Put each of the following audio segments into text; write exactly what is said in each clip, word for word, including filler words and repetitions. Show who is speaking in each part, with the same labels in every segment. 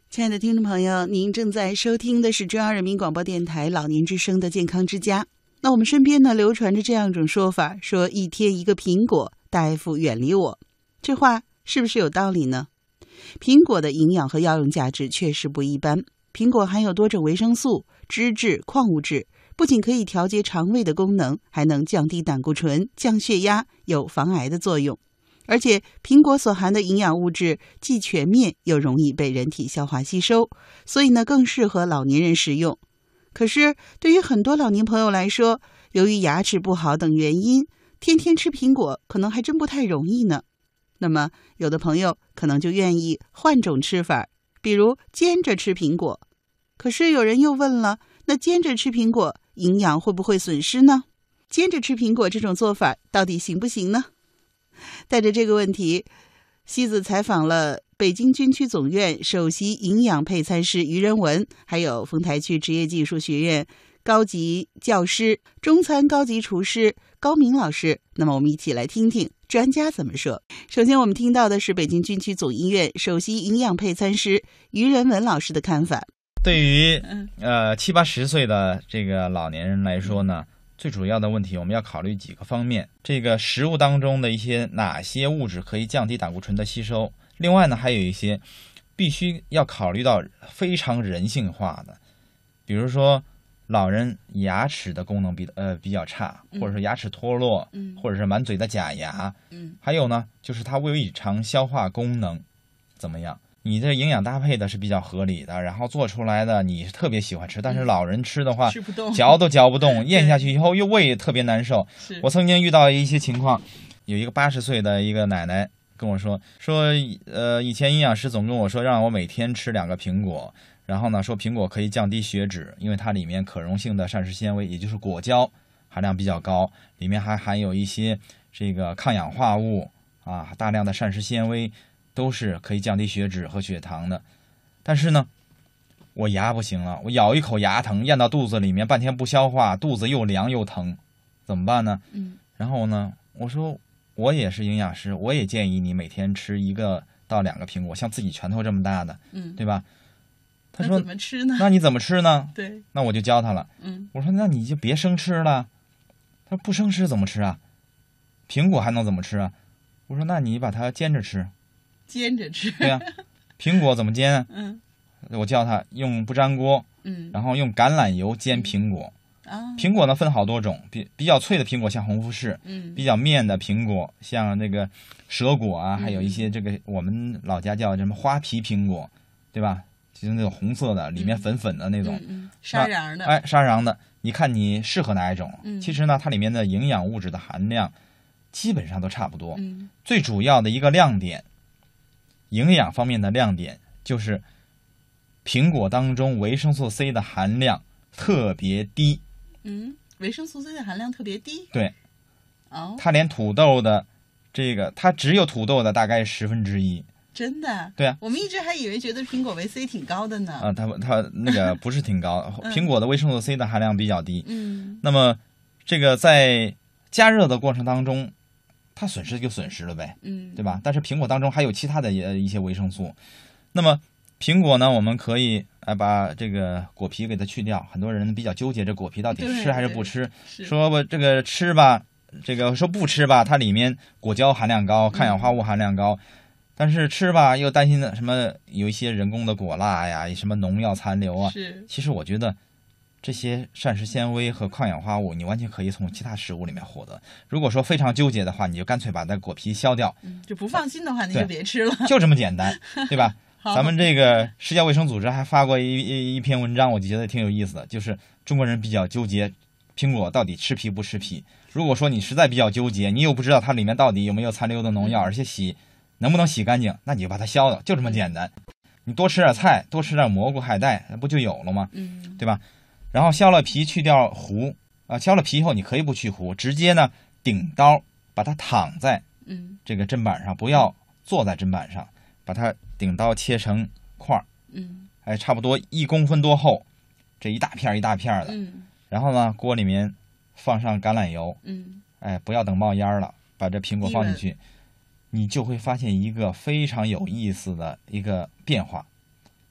Speaker 1: 亲爱的听众朋友，您正在收听的是中央人民广播电台老年之声的健康之家。那我们身边呢流传着这样一种说法，说一天一个苹果，大夫远离我。这话是不是有道理呢？苹果的营养和药用价值确实不一般。苹果含有多种维生素、脂质、矿物质，不仅可以调节肠胃的功能，还能降低胆固醇、降血压，有防癌的作用。而且苹果所含的营养物质既全面又容易被人体消化吸收，所以呢更适合老年人食用。可是对于很多老年朋友来说，由于牙齿不好等原因，天天吃苹果可能还真不太容易呢。那么有的朋友可能就愿意换种吃法，比如煎着吃苹果。可是有人又问了，那煎着吃苹果营养会不会损失呢？煎着吃苹果这种做法到底行不行呢？带着这个问题，西子采访了北京军区总院首席营养配餐师于仁文，还有丰台区职业技术学院高级教师、中餐高级厨师高明老师。那么我们一起来听听专家怎么说。首先我们听到的是北京军区总医院首席营养配餐师于仁文老师的看法。
Speaker 2: 对于呃七八十岁的这个老年人来说呢，最主要的问题我们要考虑几个方面，这个食物当中的一些哪些物质可以降低胆固醇的吸收，另外呢还有一些必须要考虑到非常人性化的，比如说老人牙齿的功能比呃比较差，或者是牙齿脱落，嗯、或者是满嘴的假牙，嗯、还有呢就是它胃肠消化功能怎么样，你的营养搭配的是比较合理的，然后做出来的你特别喜欢吃，但是老人吃的话嚼都嚼不动，咽下去以后又胃特别难受。我曾经遇到一些情况，有一个八十岁的一个奶奶跟我说说呃，以前营养师总跟我说让我每天吃两个苹果，然后呢说苹果可以降低血脂，因为它里面可溶性的膳食纤维也就是果胶含量比较高，里面还含有一些这个抗氧化物啊，大量的膳食纤维都是可以降低血脂和血糖的。但是呢我牙不行了，我咬一口牙疼，咽到肚子里面半天不消化，肚子又凉又疼，怎么办呢？嗯，然后呢我说我也是营养师，我也建议你每天吃一个到两个苹果，像自己拳头这么大的，嗯，对吧？他说
Speaker 1: 那怎么吃呢？
Speaker 2: 那你怎么吃呢？
Speaker 1: 对，
Speaker 2: 那我就教他了。嗯，我说那你就别生吃了。他说不生吃怎么吃啊？苹果还能怎么吃啊？我说那你把它煎着吃。
Speaker 1: 煎着吃？
Speaker 2: 对啊，苹果怎么煎啊？嗯，我教他用不粘锅，嗯，然后用橄榄油煎苹果。啊，苹果呢分好多种，比比较脆的苹果像红富士，嗯，比较面的苹果像那个蛇果啊，还有一些这个我们老家叫什么花皮苹果，对吧？就是那种红色的，里面粉粉的那种，嗯嗯、
Speaker 1: 沙瓤的，
Speaker 2: 哎，沙瓤的，你看你适合哪一种？嗯，其实呢，它里面的营养物质的含量基本上都差不多。嗯，最主要的一个亮点，营养方面的亮点就是苹果当中维生素 C 的含量特别低。
Speaker 1: 嗯，维生素 C 的含量特别低。
Speaker 2: 对，
Speaker 1: 哦，
Speaker 2: 它连土豆的这个，它只有土豆的大概十分之一。
Speaker 1: 真的？
Speaker 2: 对啊，
Speaker 1: 我们一直还以为觉得苹果维 C 挺高的呢。
Speaker 2: 啊，它它那个不是挺高，嗯、苹果的维生素 C 的含量比较低。嗯，那么这个在加热的过程当中，它损失就损失了呗，嗯，对吧？但是苹果当中还有其他的一些维生素。那么苹果呢，我们可以来把这个果皮给它去掉。很多人比较纠结这果皮到底吃还是不吃，说不这个吃吧，这个说不吃吧，它里面果胶含量高，抗氧化物含量高。嗯，但是吃吧又担心什么有一些人工的果蜡呀，什么农药残留啊。是，其实我觉得这些膳食纤维和抗氧化物你完全可以从其他食物里面获得。如果说非常纠结的话，你就干脆把那果皮削掉。嗯，就不放心的话你就别吃了，就这么简单，对吧？咱们这个世界卫生组织还发过一一一篇文章，我就觉得挺有意思的，就是中国人比较纠结苹果到底吃皮不吃皮。如果说你实在比较纠结，你又不知道它里面到底有没有残留的农药，而且洗能不能洗干净，那你就把它削了，就这么简单。你多吃点菜，多吃点蘑菇海带，不就有了吗？嗯，对吧？然后削了皮去掉核啊，削了皮以后你可以不去核，直接呢顶刀把它躺在这个砧板上，不要坐在砧板上，把它顶刀切成块儿，嗯，哎，差不多一公分多厚，这一大片一大片的，嗯，然后呢锅里面放上橄榄油，嗯，哎，不要等冒烟了，把这苹果放进去。你就会发现一个非常有意思的一个变化，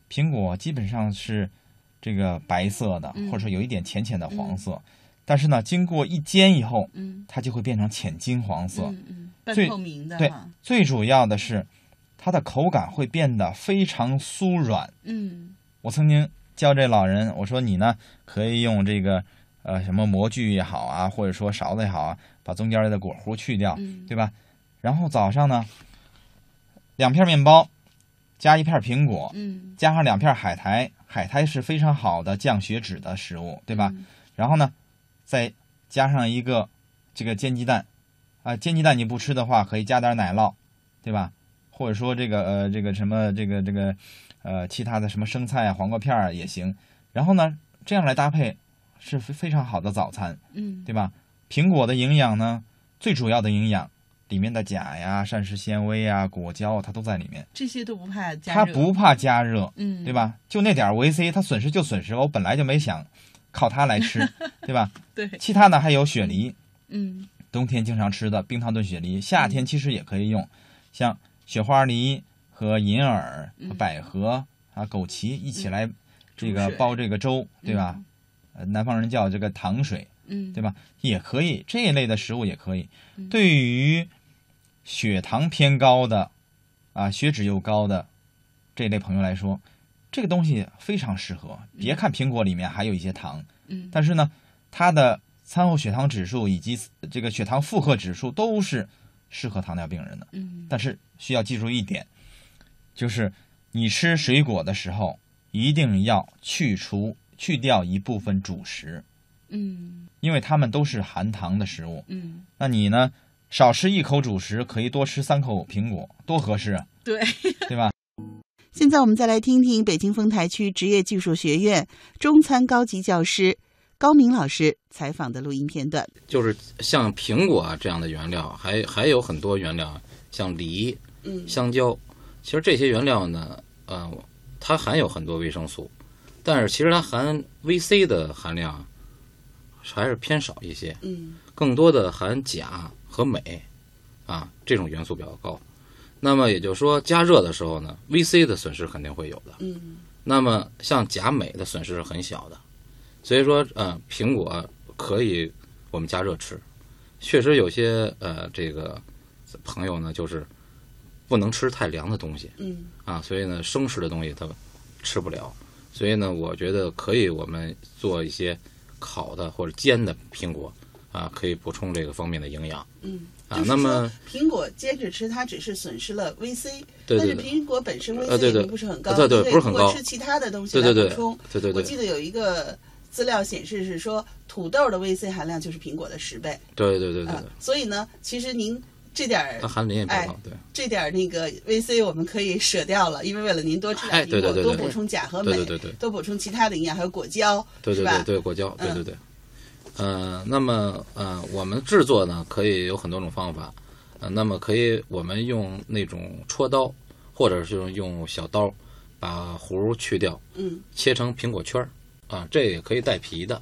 Speaker 2: 苹果基本上是这个白色的，或者说有一点浅浅的黄色，嗯、但是呢，经过一煎以后，嗯，它就会变成浅金黄色，
Speaker 1: 嗯嗯，半透明的。
Speaker 2: 对，最主要的是它的口感会变得非常酥软。
Speaker 1: 嗯，
Speaker 2: 我曾经教这老人，我说你呢可以用这个呃什么模具也好啊，或者说勺子也好啊，把中间的果核去掉，嗯、对吧？然后早上呢，两片面包。加一片苹果，
Speaker 1: 嗯，
Speaker 2: 加上两片海苔，海苔是非常好的降血脂的食物，对吧？
Speaker 1: 嗯、
Speaker 2: 然后呢，再加上一个这个煎鸡蛋，啊、呃，煎鸡蛋你不吃的话，可以加点奶酪，对吧？或者说这个呃这个什么这个这个呃其他的什么生菜啊、黄瓜片儿也行。然后呢，这样来搭配是非常好的早餐，
Speaker 1: 嗯，
Speaker 2: 对吧？苹果的营养呢，最主要的营养。里面的钾呀、膳食纤维啊、果胶，它都在里面。
Speaker 1: 这些都不怕加
Speaker 2: 热，它不怕加热，
Speaker 1: 嗯，
Speaker 2: 对吧？就那点维 C， 它损失就损失。我本来就没想靠它来吃，对吧？
Speaker 1: 对。
Speaker 2: 其他的还有雪梨，
Speaker 1: 嗯，
Speaker 2: 冬天经常吃的冰糖炖雪梨，夏天其实也可以用，嗯、像雪花梨和银耳、和百合、嗯、啊、枸杞一起来这个煲这个粥，
Speaker 1: 嗯、
Speaker 2: 对吧？呃，南方人叫这个糖水，
Speaker 1: 嗯，
Speaker 2: 对吧？也可以，这一类的食物也可以。嗯、对于血糖偏高的，啊，血脂又高的这一类朋友来说，这个东西非常适合。别看苹果里面还有一些糖，
Speaker 1: 嗯，
Speaker 2: 但是呢，它的餐后血糖指数以及这个血糖负荷指数都是适合糖尿病人的。
Speaker 1: 嗯，
Speaker 2: 但是需要记住一点，就是你吃水果的时候，一定要去除去掉一部分主食。
Speaker 1: 嗯，
Speaker 2: 因为它们都是含糖的食物。
Speaker 1: 嗯，
Speaker 2: 那你呢？少吃一口主食，可以多吃三口苹果，多合适啊！
Speaker 1: 对，
Speaker 2: 对吧？
Speaker 1: 现在我们再来听听北京丰台区职业技术学院中餐高级教师高明老师采访的录音片段。
Speaker 3: 就是像苹果啊这样的原料，还还有很多原料，像梨、
Speaker 1: 嗯、
Speaker 3: 香蕉。其实这些原料呢，呃，它含有很多维生素，但是其实它含 V C 的含量还是偏少一些。
Speaker 1: 嗯，
Speaker 3: 更多的含钾和镁，啊，这种元素比较高。那么也就是说，加热的时候呢 ，V C 的损失肯定会有的。
Speaker 1: 嗯。
Speaker 3: 那么像钾镁的损失是很小的，所以说呃，苹果可以我们加热吃。确实有些呃这个朋友呢，就是不能吃太凉的东西。
Speaker 1: 嗯。
Speaker 3: 啊，所以呢，生吃的东西他吃不了。所以呢，我觉得可以我们做一些烤的或者煎的苹果。啊，可以补充这个方面的营养。
Speaker 1: 嗯，
Speaker 3: 啊，那么
Speaker 1: 苹果煎着吃，它只是损失了 V C，
Speaker 3: 对对对，
Speaker 1: 但是苹果本身 V C
Speaker 3: 呃对对
Speaker 1: 也不是很高，
Speaker 3: 对对，不是很高。
Speaker 1: 吃其他的东西来补充。
Speaker 3: 对对对，
Speaker 1: 我记得有一个资料显示是说，土豆的 V C 含量就是苹果的十倍。
Speaker 3: 对对对对对。
Speaker 1: 啊、所以呢，其实您这点
Speaker 3: 它含磷也比较高，对。
Speaker 1: 这点那个 V C 我们可以舍掉了，因为为了您多吃点苹果，多补充钾和镁，
Speaker 3: 对对对，
Speaker 1: 多补充其他的营养，还有果胶，
Speaker 3: 对对对对，果胶，对对对。呃，那么呃，我们制作呢可以有很多种方法，呃，那么可以我们用那种戳刀，或者是用小刀把核去掉，
Speaker 1: 嗯，
Speaker 3: 切成苹果圈儿，啊，这也可以带皮的，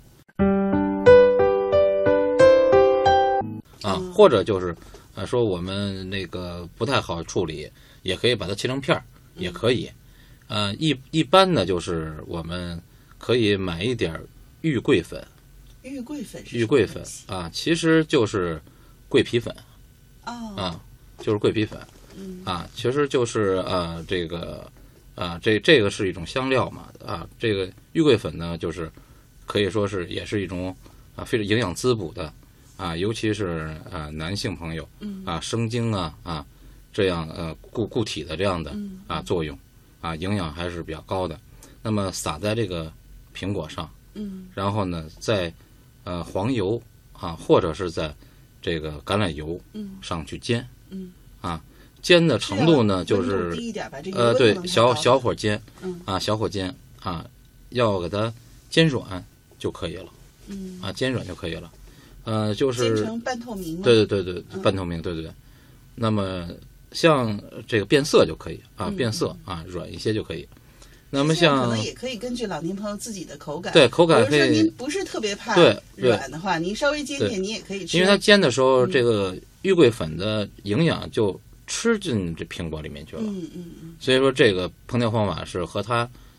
Speaker 3: 啊，或者就是呃说我们那个不太好处理，也可以把它切成片儿，也可以，呃，一一般呢就是我们可以买一点玉桂粉。
Speaker 1: 玉桂粉是
Speaker 3: 玉桂粉啊，其实就是桂皮粉，
Speaker 1: 哦，
Speaker 3: 啊，就是桂皮粉，
Speaker 1: 嗯，
Speaker 3: 啊，其实就是啊，这个啊，这这个是一种香料嘛，啊，这个玉桂粉呢，就是可以说是也是一种啊非常营养滋补的啊，尤其是啊男性朋友，
Speaker 1: 嗯，
Speaker 3: 啊生精啊啊这样呃固固体的这样的啊作用啊，营养还是比较高的。那么撒在这个苹果上，
Speaker 1: 嗯，
Speaker 3: 然后呢在呃，黄油啊，或者是在这个橄榄油上去煎，
Speaker 1: 嗯
Speaker 3: 啊，煎的程度呢，就是呃，对，小小火煎，
Speaker 1: 嗯
Speaker 3: 啊，小火煎啊，要给它煎软就可以了，
Speaker 1: 嗯
Speaker 3: 啊，煎软就可以了，呃，就是
Speaker 1: 煎成半透明，
Speaker 3: 对对对对，半透明，对对对。那么像这个变色就可以啊，变色啊，软一些就可以。那么像
Speaker 1: 可能也可以根据老年朋友自己的口感，
Speaker 3: 对口感可以。
Speaker 1: 比如说您不是特别怕软的话，您稍微煎点，你也可以吃。
Speaker 3: 因为它煎的时候，这个玉桂粉的营养就吃进这苹果里面去了。
Speaker 1: 嗯嗯嗯。
Speaker 3: 所以说，这个烹调方法是和它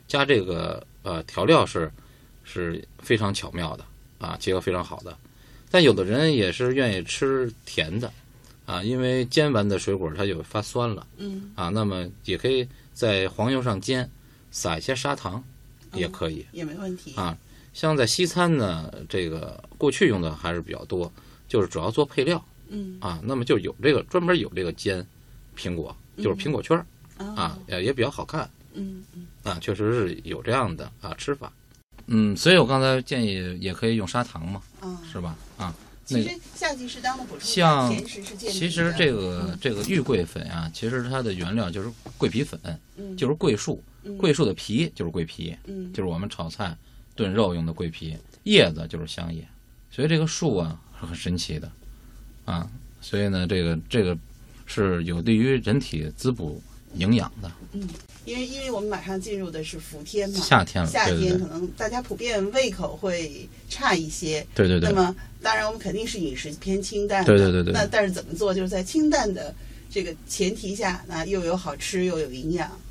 Speaker 3: 加这个呃调料是是非常巧妙的啊，结合非常好的。但有的人也是愿意吃甜的啊，因为煎完的水果它就发酸了，
Speaker 1: 嗯
Speaker 3: 啊，那么也可以在黄油上煎，撒一些砂糖也可以，
Speaker 1: 嗯、也没问题
Speaker 3: 啊。像在西餐呢，这个过去用的还是比较多，就是主要做配料，
Speaker 1: 嗯
Speaker 3: 啊，那么就有这个专门有这个煎苹果，就是苹果圈儿、
Speaker 1: 嗯、
Speaker 3: 啊，也也比较好看，
Speaker 1: 嗯嗯
Speaker 3: 啊，确实是有这样的啊吃法，嗯，所以我刚才建议也可以用砂糖嘛，
Speaker 1: 啊，
Speaker 3: 是吧？啊，
Speaker 1: 其实夏季适当的补充
Speaker 3: 像
Speaker 1: 甜食是健
Speaker 3: 其实这个、嗯、这个玉桂粉啊，其实它的原料就是桂皮粉，
Speaker 1: 嗯，
Speaker 3: 就是桂树，
Speaker 1: 嗯、
Speaker 3: 桂树的皮就是桂皮，
Speaker 1: 嗯，
Speaker 3: 就是我们炒菜炖肉用的桂皮，叶子就是香叶，所以这个树啊是很神奇的，啊，所以呢，这个这个是有利于人体滋补营养的。
Speaker 1: 嗯，因为因为我们马上进入的是伏天嘛，
Speaker 3: 夏天了，
Speaker 1: 夏天
Speaker 3: 对对对，
Speaker 1: 可能大家普遍胃口会差一些，
Speaker 3: 对对对。
Speaker 1: 那么当然我们肯定是饮食偏清淡的，
Speaker 3: 对对对对。
Speaker 1: 那但是怎么做，就是在清淡的这个前提下，那又有好吃又有营养。